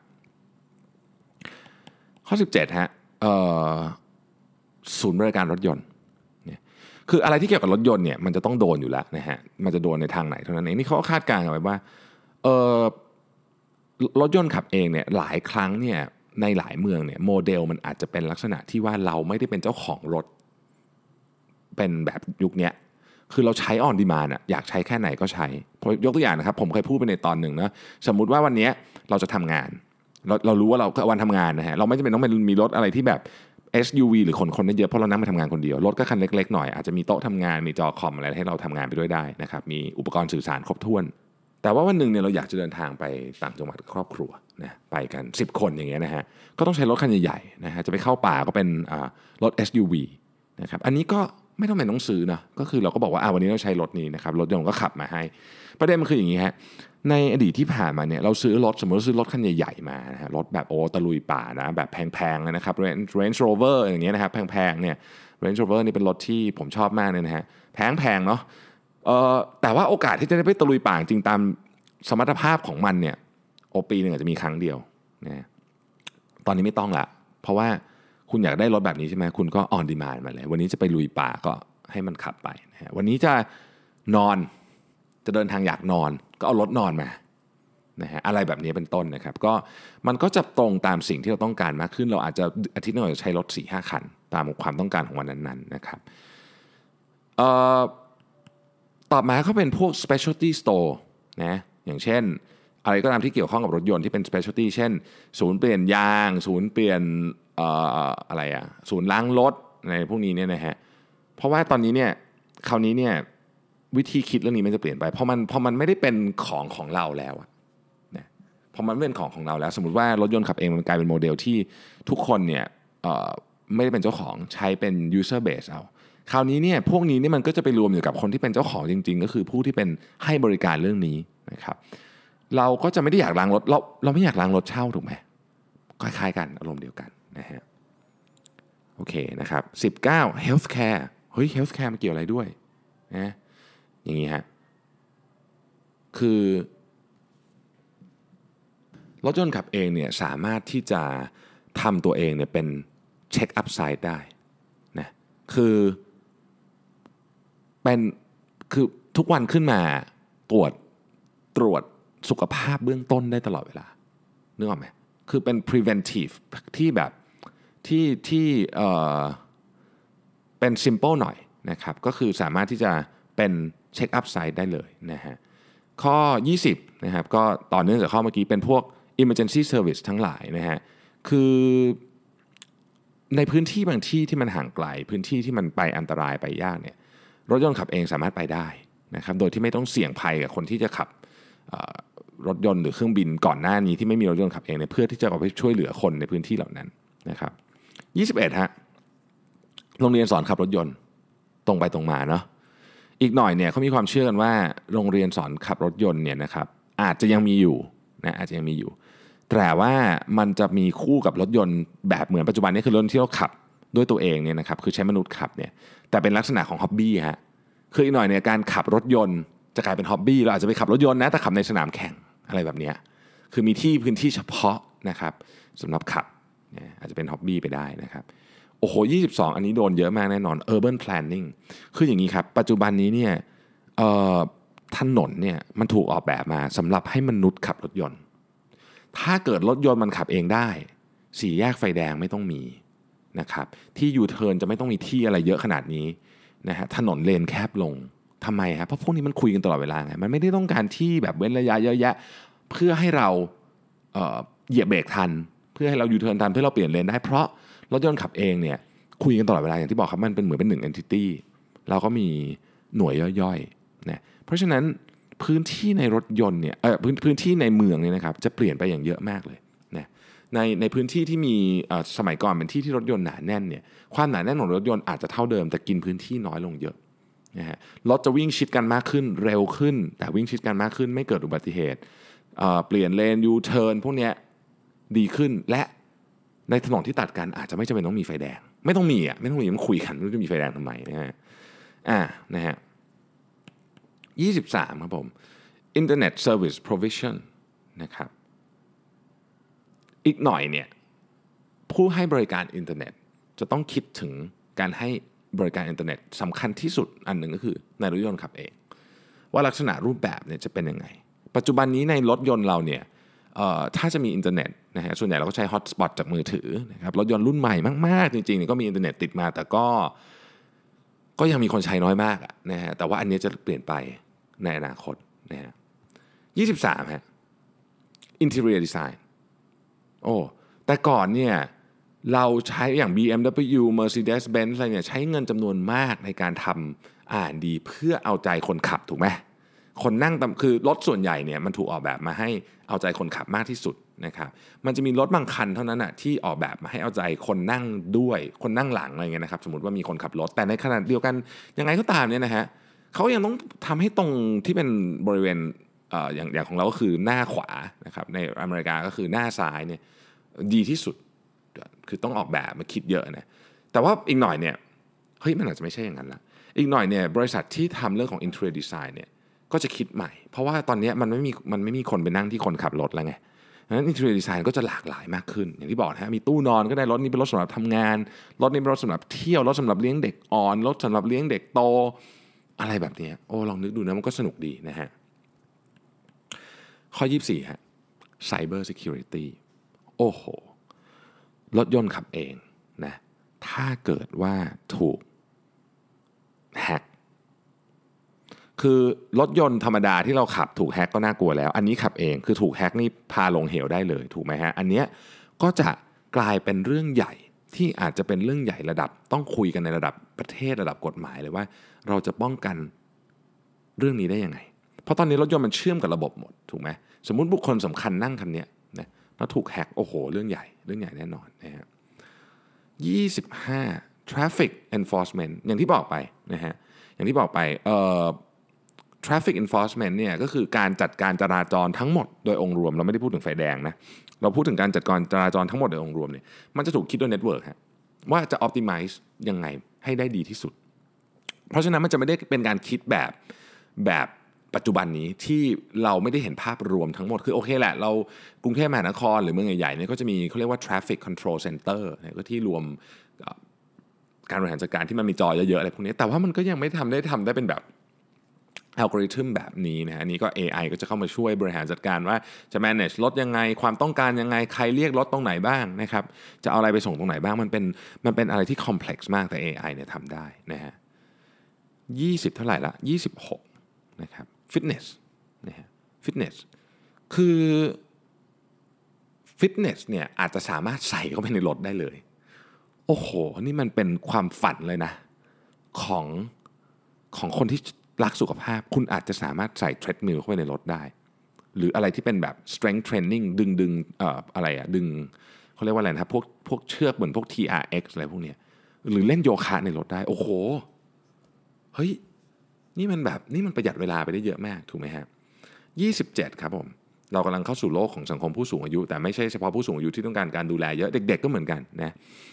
ข้อสิบเจ็ดฮะศูนย์บริการรถยนต์เนี่ยคืออะไรที่เกี่ยวกับรถยนต์เนี่ยมันจะต้องโดนอยู่แล้วนะฮะมันจะโดนในทางไหนเท่านั้นเองนี่เขาก็คาดการณ์กันไว้ว่าเออรถยนต์ขับเองเนี่ยหลายครั้งเนี่ยในหลายเมืองเนี่ยโมเดลมันอาจจะเป็นลักษณะที่ว่าเราไม่ได้เป็นเจ้าของรถเป็นแบบยุคนี้คือเราใช้ออนดีมานด์อ่ะอยากใช้แค่ไหนก็ใช้ยกตัวอย่างนะครับผมเคยพูดไปในตอนหนึ่งนะสมมุติว่าวันนี้เราจะทำงานเราเรารู้ว่าเราวันทำงานนะฮะเราไม่จำเป็นต้องมีรถอะไรที่แบบเอส ยู วี หรือคนคนไม่เยอะเพราะเรานั่งไปทำงานคนเดียวรถก็คันเล็กๆหน่อยอาจจะมีโต๊ะทำงานมีจอคอมอะไรให้เราทำงานไปด้วยได้นะครับมีอุปกรณ์สื่อสารครบถ้วนแต่ว่าวันหนึ่งเนี่ยเราอยากจะเดินทางไปต่างจังหวัดกับครอบครัวนะไปกันสิบคนอย่างเงี้ยนะฮะก็ต้องใช้รถคันใหญ่ๆนะฮะจะไปเข้าป่าก็เป็นรถ เอส ยู วี นะครับอันนี้ก็ไม่ต้องเป็นต้องซื้อนะก็คือเราก็บอกว่าวันนี้เราใช้รถนี้นะครับรถยนต์ก็ขับมาให้ประเด็นมันคืออย่างนี้ฮะในอดีตที่ผ่านมาเนี่ยเราซื้อรถสมมติซื้อรถคันใหญ่ๆมานะฮะรถแบบโอ้ตะลุยป่านะแบบแพงๆเลยนะครับ Range Rover อย่างเงี้ยนะครับแพงๆเนี่ย Range Rover นี่เป็นรถที่ผมชอบมากเลยนะฮะแพงๆเนาะเอ่อแต่ว่าโอกาสที่จะได้ไปตะลุยป่าจริงตามสมรรถภาพของมันเนี่ยโอปีนึงอาจจะมีครั้งเดียวนะตอนนี้ไม่ต้องละเพราะว่าคุณอยากได้รถแบบนี้ใช่ไหมคุณก็ on demand มาเลยวันนี้จะไปลุยป่าก็ให้มันขับไปนะฮะวันนี้จะนอนจะเดินทางอยากนอนก็เอารถนอนมานะฮะอะไรแบบนี้เป็นต้นนะครับก็มันก็จะตรงตามสิ่งที่เราต้องการมากขึ้นเราอาจจะอาทิตย์นึงเราจะใช้รถ สี่ห้า คันตามความต้องการของวันนั้นๆนะครับเอ่อต่อมาเขาเป็นพวก specialty store นะอย่างเช่นอะไรก็ตามที่เกี่ยวข้องกับรถยนต์ที่เป็น specialty เช่นศูนย์เปลี่ยนยางศูนย์เปลี่ยนเอ่ออะไรอะศูนย์ล้างรถในพวกนี้เนี่ยนะฮะเพราะว่าตอนนี้เนี่ยคราวนี้เนี่ยวิธีคิดเรื่องนี้มันจะเปลี่ยนไปเพราะมันพอมันไม่ได้เป็นของของเราแล้วนะพอมันไม่เป็นของของเราแล้วสมมุติว่ารถยนต์ขับเองมันกลายเป็นโมเดลที่ทุกคนเนี่ยเอ่อไม่ได้เป็นเจ้าของใช้เป็น user base เอาคราวนี้เนี่ยพวกนี้นี่มันก็จะไปรวมอยู่กับคนที่เป็นเจ้าของจริงๆก็คือผู้ที่เป็นให้บริการเรื่องนี้นะครับเราก็จะไม่ได้อยากล้างรถเราเราไม่อยากล้างรถเช่าถูกไหมคล้ายๆกันอารมณ์เดียวกันนะฮะโอเคนะครับสิบเก้า healthcare เฮ้ย healthcare มันเกี่ยวอะไรด้วยนะอย่างนี้ฮะคือรถยนต์ขับเองเนี่ยสามารถที่จะทำตัวเองเนี่ยเป็นเช็คอัพไซด์ได้นะคือเป็นคือทุกวันขึ้นมาตรวจตรวจสุขภาพเบื้องต้นได้ตลอดเวลานึกออกไหมคือเป็น preventive ที่แบบที่ที่เอ่อเป็น simple หน่อยนะครับก็คือสามารถที่จะเป็นเช็คอัพไซด์ได้เลยนะฮะข้อยี่สิบนะครับก็ต่อเนื่องจากข้อเมื่อกี้เป็นพวก emergency service ทั้งหลายนะฮะคือในพื้นที่บางที่ที่มันห่างไกลพื้นที่ที่มันไปอันตรายไปยากเนี่ยรถยนต์ขับเองสามารถไปได้นะครับโดยที่ไม่ต้องเสี่ยงภัยกับคนที่จะขับรถยนต์หรือเครื่องบินก่อนหน้านี้ที่ไม่มีรถยนต์ขับเองเนี่ยเพื่อที่จะเอาไปช่วยเหลือคนในพื้นที่เหล่านั้นนะครับยี่สิบเอ็ดฮะโรงเรียนสอนขับรถยนต์ตรงไปตรงมาเนาะอีกหน่อยเนี่ยเขามีความเชื่อกันว่าโรงเรียนสอนขับรถยนต์เนี่ยนะครับอาจจะยังมีอยู่นะอาจจะยังมีอยู่แต่ว่ามันจะมีคู่กับรถยนต์แบบเหมือนปัจจุบันนี้คือรถที่เราขับด้วยตัวเองเนี่ยนะครับคือใช้มนุษย์ขับเนี่ยแต่เป็นลักษณะของฮ็อบบี้ฮะคืออีกหน่อยเนี่ยการขับรถยนต์จะกลายเป็นฮ็อบบี้เราอาจจะไปขับรถยนต์นะแต่ขับในสนามแข่งอะไรแบบนี้คือมีที่พื้นที่เฉพาะนะครับสำหรับขับเนี่ยอาจจะเป็นฮ็อบบี้ไปได้นะครับโอ้โหยี่สิบสองอันนี้โดนเยอะมากแน่นอน urban planning คืออย่างนี้ครับปัจจุบันนี้เนี่ยถนนเนี่ยมันถูกออกแบบมาสำหรับให้มนุษย์ขับรถยนต์ถ้าเกิดรถยนต์มันขับเองได้สี่แยกไฟแดงไม่ต้องมีนะครับที่ยูเทิร์นจะไม่ต้องมีที่อะไรเยอะขนาดนี้นะฮะถนนเลนแคบลงทำไมฮะเพราะพวกนี้มันคุยกันตลอดเวลาไงมันไม่ได้ต้องการที่แบบเว้นระยะเยอะแยะเพื่อให้เรา เอ่อ เหยียบเบรกทันเพื่อให้เรายูเทิร์นทันเพื่อเราเปลี่ยนเลนได้เพราะรถยนต์ขับเองเนี่ยคุยกันตลอดเวลาอย่างที่บอกครับมันเป็นเหมือนเป็นหนึ่ง entity เราก็มีหน่วยย่อยๆนะเพราะฉะนั้นพื้นที่ในรถยนต์เนี่ยเออพื้นพื้นที่ในเมืองเนี่ยนะครับจะเปลี่ยนไปอย่างเยอะมากเลยนะในในพื้นที่ที่มีสมัยก่อนเป็นที่ที่รถยนต์หนาแน่นเนี่ยความหนาแน่นของรถยนต์อาจจะเท่าเดิมแต่กินพื้นที่น้อยลงเยอะนะฮะรถจะวิ่งชิดกันมากขึ้นเร็วขึ้นแต่วิ่งชิดกันมากขึ้นไม่เกิดอุบัติเหตุ เอ่อ เปลี่ยนเลนยูเทิร์นพวกเนี้ยดีขึ้นและในถนนที่ตัดกันอาจจะไม่จำเป็นต้องมีไฟแดงไม่ต้องมีอ่ะไม่ต้องมีมันคุยกันไม่รู้จะมีไฟแดงทำไมนะฮะอ่านะฮะยี่สิบสามครับผม Internet Service Provision นะครับอีกหน่อยเนี่ยผู้ให้บริการอินเทอร์เน็ตจะต้องคิดถึงการให้บริการอินเทอร์เน็ตสำคัญที่สุดอันหนึ่งก็คือในรถยนต์ขับเองว่าลักษณะรูปแบบเนี่ยจะเป็นยังไงปัจจุบันนี้ในรถยนต์เราเนี่ยถ้าจะมีอินเทอร์เน็ตนะฮะส่วนใหญ่เราก็ใช้ฮอตสปอตจากมือถือนะครับรถยนต์รุ่นใหม่มากๆจริงๆก็มีอินเทอร์เน็ตติดมาแต่ก็ก็ยังมีคนใช้น้อยมากนะฮะแต่ว่าอันนี้จะเปลี่ยนไปในอนาคตนะฮะยี่สิบสามฮะ Interior Design โอ้แต่ก่อนเนี่ยเราใช้อย่าง บี เอ็ม ดับเบิลยู Mercedes-Benz อะไรเนี่ยใช้เงินจำนวนมากในการทำ อาร์ แอนด์ ดี เพื่อเอาใจคนขับถูกไหมคนนั่งคือรถส่วนใหญ่เนี่ยมันถูกออกแบบมาให้เอาใจคนขับมากที่สุดนะครับมันจะมีรถบางคันเท่านั้นนะที่ออกแบบมาให้เอาใจคนนั่งด้วยคนนั่งหลังอะไรเงี้ยนะครับสมมติว่ามีคนขับรถแต่ในขณะเดียวกันยังไงก็ตามเนี่ยนะฮะเขายังต้องทำให้ตรงที่เป็นบริเวณเอ่ออย่างอย่างของเราก็คือหน้าขวานะครับในอเมริกาก็คือหน้าซ้ายเนี่ยดีที่สุดคือต้องออกแบบมาคิดเยอะนะแต่ว่าอีกหน่อยเนี่ยเฮ้ยมันอาจจะไม่ใช่อย่างนั้นละอีกหน่อยเนี่ยบริษัทที่ทำเรื่องของ interior design เนี่ยก็จะคิดใหม่เพราะว่าตอนนี้มันไม่มีมันไม่มีคนไปนั่งที่คนขับรถแล้วไงดังนั้น interior design ก็จะหลากหลายมากขึ้นอย่างที่บอกนะฮะมีตู้นอนก็ได้รถนี้เป็นรถสำหรับทำงานรถนี้เป็นรถสำหรับเที่ยวรถสำหรับเลี้ยงเด็กอ่อนรถสำหรับเลี้ยงเด็กโตอะไรแบบนี้โอ้ลองนึกดูนะมันก็สนุกดีนะฮะข้อยี่สิบสี่ฮะ cyber security โอ้โหรถยนต์ขับเองนะถ้าเกิดว่าถูกแฮกคือรถยนต์ธรรมดาที่เราขับถูกแฮกก็น่ากลัวแล้วอันนี้ขับเองคือถูกแฮกนี่พาลงเหวได้เลยถูกไหมฮะอันเนี้ยก็จะกลายเป็นเรื่องใหญ่ที่อาจจะเป็นเรื่องใหญ่ระดับต้องคุยกันในระดับประเทศระดับกฎหมายเลยว่าเราจะป้องกันเรื่องนี้ได้ยังไงเพราะตอนนี้รถยนต์มันเชื่อมกับระบบหมดถูกไหมสมมุติบุคคลสำคัญนั่งคันนี้นะแล้วถูกแฮกโอ้โหเรื่องใหญ่เรื่องใหญ่แน่นอนนะฮะยี่สิบห้า traffic enforcement อย่างที่บอกไปนะฮะอย่างที่บอกไปเอ่อtraffic enforcement เนี่ยก็คือการจัดการจราจรทั้งหมดโดยองค์รวมเราไม่ได้พูดถึงไฟแดงนะเราพูดถึงการจัดการจราจรทั้งหมดโดยองค์รวมเนี่ยมันจะถูกคิดโดย network ฮะว่าจะ optimize ยังไงให้ได้ดีที่สุดเพราะฉะนั้นมันจะไม่ได้เป็นการคิดแบบแบบปัจจุบันนี้ที่เราไม่ได้เห็นภาพรวมทั้งหมดคือโอเคแหละเรากรุงเทพมหานครหรือเมืองใหญ่ๆเนี่ยก็จะมีเขาเรียกว่า traffic control center ก็ที่รวมการบริหารจัดการที่มันมีจอเยอะๆอะไรพวกนี้แต่ว่ามันก็ยังไม่ทำได้ทำได้เป็นแบบอัลกอริทึมแบบนี้นะอันนี้ก็ เอ ไอ ก็จะเข้ามาช่วยบริหารจัดการว่าจะ manage รถยังไงความต้องการยังไงใครเรียกรถตรงไหนบ้างนะครับจะเอาอะไรไปส่งตรงไหนบ้างมันเป็นมันเป็นอะไรที่ complex มากแต่ เอ ไอ เนี่ยทำได้นะฮะยี่สิบเท่าไหร่ละยี่สิบหกนะครับฟิตเนสนะฮะฟิตเนสคือฟิตเนสเนี่ยอาจจะสามารถใส่เข้าไปในรถได้เลยโอ้โหนี่มันเป็นความฝันเลยนะของของคนที่รักสุขภาพคุณอาจจะสามารถใส่เทรดมิลเข้าไปในรถได้หรืออะไรที่เป็นแบบ strength training ดึงดึงเอ่ออะไรอะดึงเขาเรียกว่าอะไรนะครับพวกพวกเชือกเหมือนพวก ที อาร์ เอ็กซ์ อะไรพวกเนี้ยหรือเล่นโยคะในรถได้โอ้โหเฮ้ยนี่มันแบบนี่มันประหยัดเวลาไปได้เยอะมากถูกไหมฮะยี่สิบเจ็ดครับผมเรากำลังเข้าสู่โลกของสังคมผู้สูงอายุแต่ไม่ใช่เฉพาะผู้สูงอายุที่ต้องการการดูแลเยอะเด็กๆก็เหมือนกันนะ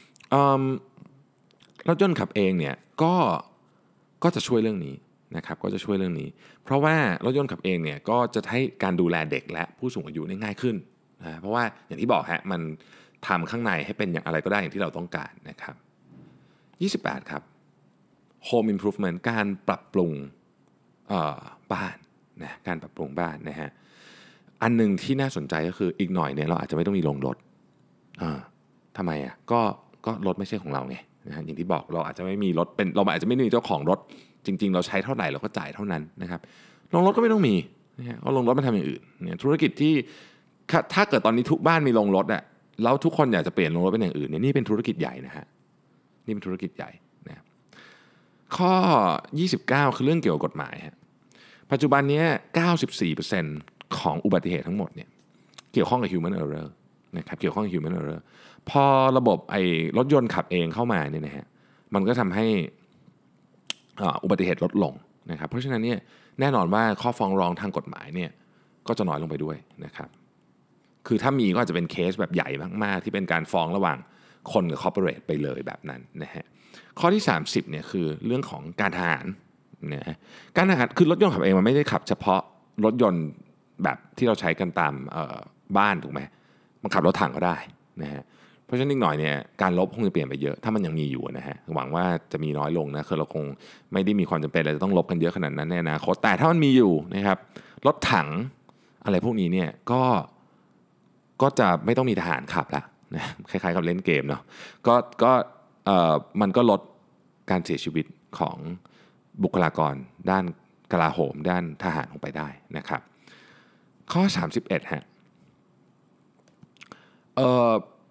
รถยนต์ขับเองเนี่ยก็ก็จะช่วยเรื่องนี้นะครับก็จะช่วยเรื่องนี้เพราะว่ารถยนต์ขับเองเนี่ยก็จะให้การดูแลเด็กและผู้สูงอายุง่ายขึ้นนะเพราะว่าอย่างที่บอกฮะมันทำข้างในให้เป็นอย่างอะไรก็ได้อย่างที่เราต้องการนะครับยี่สิบแปดครับ home improvement การปรับปรุงบ้านนะการปรับปรุงบ้านนะฮะอันนึงที่น่าสนใจก็คืออีกหน่อยเนี่ยเราอาจจะไม่ต้องมีโรงรถทำไมอ่ะก็ก็รถไม่ใช่ของเราไงนะฮะอย่างที่บอกเราอาจจะไม่มีรถเป็นเราอาจจะไม่มีเจ้าของรถจริงๆเราใช้เท่าไหร่เราก็จ่ายเท่านั้นนะครับโรงรถก็ไม่ต้องมีนะฮะเอาโรงรถมาทำอย่างอื่นเนี่ยธุรกิจที่ถ้าเกิดตอนนี้ทุกบ้านมีโรงรถอะแล้วทุกคนอยากจะเปลี่ยนโรงรถเป็นอย่างอื่นเนี่ยนี่เป็นธุรกิจใหญ่นะฮะนี่เป็นธุรกิจใหญ่นะข้อยี่สิบเก้าคือเรื่องเกี่ยวกับกฎหมายฮะปัจจุบันนี้ เก้าสิบสี่เปอร์เซ็นต์ ของอุบัติเหตุทั้งหมดเนี่ยเกี่ยวข้องกับ human error นะครับเกี่ยวข้องกับ human error พอระบบไอ้รถยนต์ขับเองเข้ามาเนี่ยนะฮะมันก็ทำให้อุบัติเหตุลดลงนะครับเพราะฉะนั้นเนี่ยแน่นอนว่าข้อฟ้องร้องทางกฎหมายเนี่ยก็จะน้อยลงไปด้วยนะครับคือถ้ามีก็อาจจะเป็นเคสแบบใหญ่มากๆที่เป็นการฟ้องระหว่างคนกับคอร์ปอเรทไปเลยแบบนั้นนะฮะข้อที่สามสิบเนี่ยคือเรื่องของการทหารนะฮะการทหารคือรถยนต์ขับเองมันไม่ได้ขับเฉพาะรถยนต์แบบที่เราใช้กันตามบ้านถูกไหมมันขับรถถังก็ได้นะฮะเพราะฉะนั้นอีกหน่อยเนี่ยการลบคงจะเปลี่ยนไปเยอะถ้ามันยังมีอยู่นะฮะหวังว่าจะมีน้อยลงนะคือเราคงไม่ได้มีความจำเป็นอะไรจะต้องลบกันเยอะขนาดนั้นในอนาคตแต่ถ้ามันมีอยู่นะครับรถถังอะไรพวกนี้เนี่ยก็ก็จะไม่ต้องมีทหารขับละนะคล้ายๆกับเล่นเกมเนาะก็ก็เอ่อมันก็ลดการเสียชีวิตของบุคลากรด้านกลาโหมด้านทหารลงไปได้นะครับข้อสามสิบเอ็ดฮะเอ่อ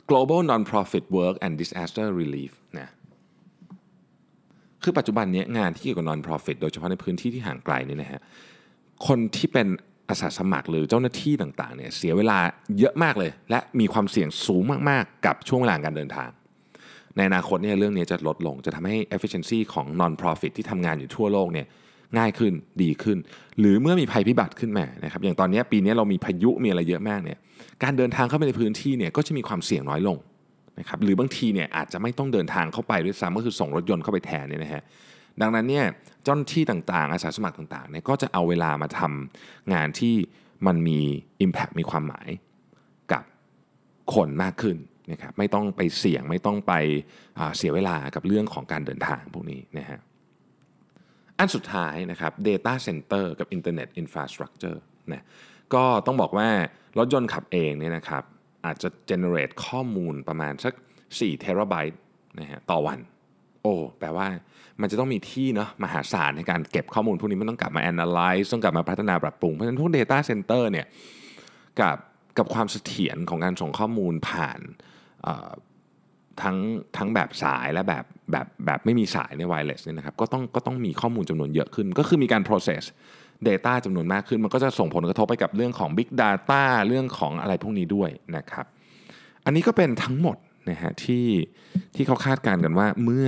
global non-profit work and disaster relief นะคือปัจจุบันนี้งานที่เกี่ยวกับ non-profit โดยเฉพาะในพื้นที่ที่ห่างไกลนี่นะฮะคนที่เป็นอาสาสมัครหรือเจ้าหน้าที่ต่างๆเนี่ยเสียเวลาเยอะมากเลยและมีความเสี่ยงสูงมากๆกับช่วงเวลาการเดินทางในอนาคตเนี่ยเรื่องนี้จะลดลงจะทำให้ efficiency ของ non-profit ที่ทำงานอยู่ทั่วโลกเนี่ยง่ายขึ้นดีขึ้นหรือเมื่อมีภัยพิบัติขึ้นมานะครับอย่างตอนนี้ปีนี้เรามีพายุมีอะไรเยอะมากเนี่ยการเดินทางเข้าไปในพื้นที่เนี่ยก็จะมีความเสี่ยงน้อยลงนะครับหรือบางทีเนี่ยอาจจะไม่ต้องเดินทางเข้าไปด้วยซ้ำก็คือส่งรถยนต์เข้าไปแทนเนี่ยนะฮะดังนั้นเนี่ยเจ้าหน้าที่ต่างๆอาสาสมัครต่างๆเนี่ยก็จะเอาเวลามาทำงานที่มันมี impact มีความหมายกับคนมากขึ้นนะครับไม่ต้องไปเสี่ยงไม่ต้องไปเสียเวลากับเรื่องของการเดินทางพวกนี้นะฮะอันสุดท้ายนะครับ data center กับ internet infrastructure นะก็ต้องบอกว่ารถยนต์ขับเองเนี่ยนะครับอาจจะ generate ข้อมูลประมาณสักสี่เทราไบต์นะฮะต่อวันโอ้แปลว่ามันจะต้องมีที่เนาะมหาศาลในการเก็บข้อมูลพวกนี้มันต้องกลับมา analyze ต้องกลับมาพัฒนาปรับปรุงเพราะฉะนั้นพวก data center เนี่ยกับกับความเสถียรของการส่งข้อมูลผ่านทั้งทั้งแบบสายและแบบแบบแบบไม่มีสายใน wireless เนี่ยนะครับก็ต้องก็ต้องมีข้อมูลจำนวนเยอะขึ้นก็คือมีการ process data จำนวนมากขึ้นมันก็จะส่งผลกระทบไปกับเรื่องของ big data เรื่องของอะไรพวกนี้ด้วยนะครับอันนี้ก็เป็นทั้งหมดนะฮะที่ที่เขาคาดการณ์กันว่าเมื่อ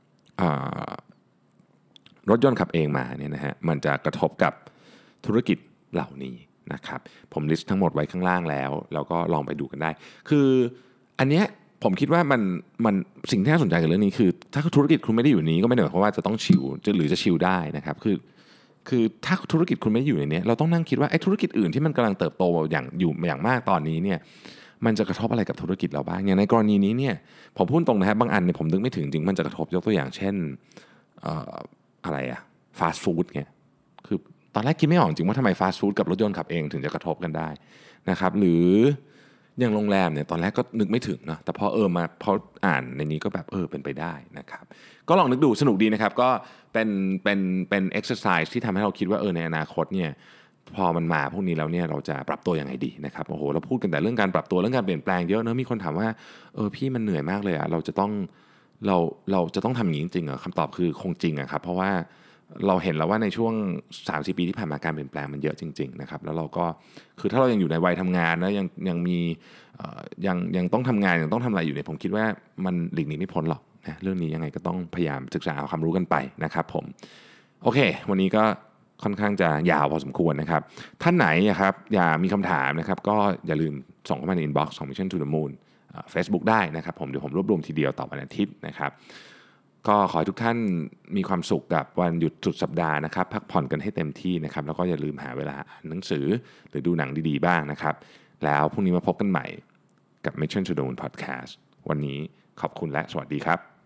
รถยนต์ขับเองมาเนี่ยนะฮะมันจะกระทบกับธุรกิจเหล่านี้นะครับผมลิสต์ทั้งหมดไว้ข้างล่างแล้วแล้วก็ลองไปดูกันได้คืออันเนี้ยผมคิดว่ามันมันสิ่งที่น่าสนใจกับเรื่องนี้คือถ้าธุรกิจคุณไม่ได้อยู่นี้ก็ไม่ได้หมายความว่าจะต้องชิลหรือจะชิลได้นะครับคือคือถ้าธุรกิจคุณไม่อยู่ในนี้เราต้องนั่งคิดว่าไอ้ธุรกิจอื่นที่มันกำลังเติบโตอย่างอยู่อย่างมากตอนนี้เนี่ยมันจะกระทบอะไรกับธุรกิจเราบ้างอย่างในกรณีนี้เนี่ยผมพูดตรงนะครับบางอันเนี่ยผมนึกไม่ถึงจริงมันจะกระทบยกตัวอย่างเช่นเอ่ออะไรอะฟาสต์ฟู้ดเนี่ยคือตอนแรกคิดไม่ออกจริงว่าทำไมฟาสต์ฟู้ดกับรถยนต์ขับเองถึงจะกระทบกันได้นะครับหรืออย่างโรงแรมเนี่ยตอนแรกก็นึกไม่ถึงนะแต่พอเออมาพออ่านในนี้ก็แบบเออเป็นไปได้นะครับก็ลองนึกดูสนุกดีนะครับก็เป็นเป็นเป็น exercise ที่ทำให้เราคิดว่าเออในอนาคตเนี่ยพอมันมาพวกนี้แล้วเนี่ยเราจะปรับตัวยังไงดีนะครับโอ้โหเราพูดกันแต่เรื่องการปรับตัวเรื่องการเปลี่ยนแปลงเยอะเนอะมีคนถามว่าเออพี่มันเหนื่อยมากเลยอะเราจะต้องเราเราจะต้องทำอย่างนี้จริงเหรอคำตอบคือคงจริงอะครับเพราะว่าเราเห็นแล้วว่าในช่วง สามถึงสี่ ปีที่ผ่านมาการเปลี่ยนแปลงมันเยอะจริงๆนะครับแล้วเราก็คือถ้าเรายังอยู่ในวัยทำงานนะยังยังมียังยังต้องทำงานยังต้องทำอะไรอยู่เนี่ยผมคิดว่ามันหลีกหนีไม่พ้นหรอกนะเรื่องนี้ยังไงก็ต้องพยายามศึกษาหาความรู้กันไปนะครับผมโอเควันนี้ก็ค่อนข้างจะยาวพอสมควรนะครับท่านไหนครับอย่ามีคำถามนะครับก็อย่าลืมส่งเข้ามาใน inbox ของ Mission to the Moon Facebook ได้นะครับผมเดี๋ยวผมรวบรวมทีเดียวต่อวันอาทิตย์นะครับก็ขอให้ทุกท่านมีความสุขกับวันหยุดสุดสัปดาห์นะครับพักผ่อนกันให้เต็มที่นะครับแล้วก็อย่าลืมหาเวลาอ่านหนังสือหรือดูหนังดีๆบ้างนะครับแล้วพรุ่งนี้มาพบกันใหม่กับ Mission to the Moon Podcast วันนี้ขอบคุณและสวัสดีครับ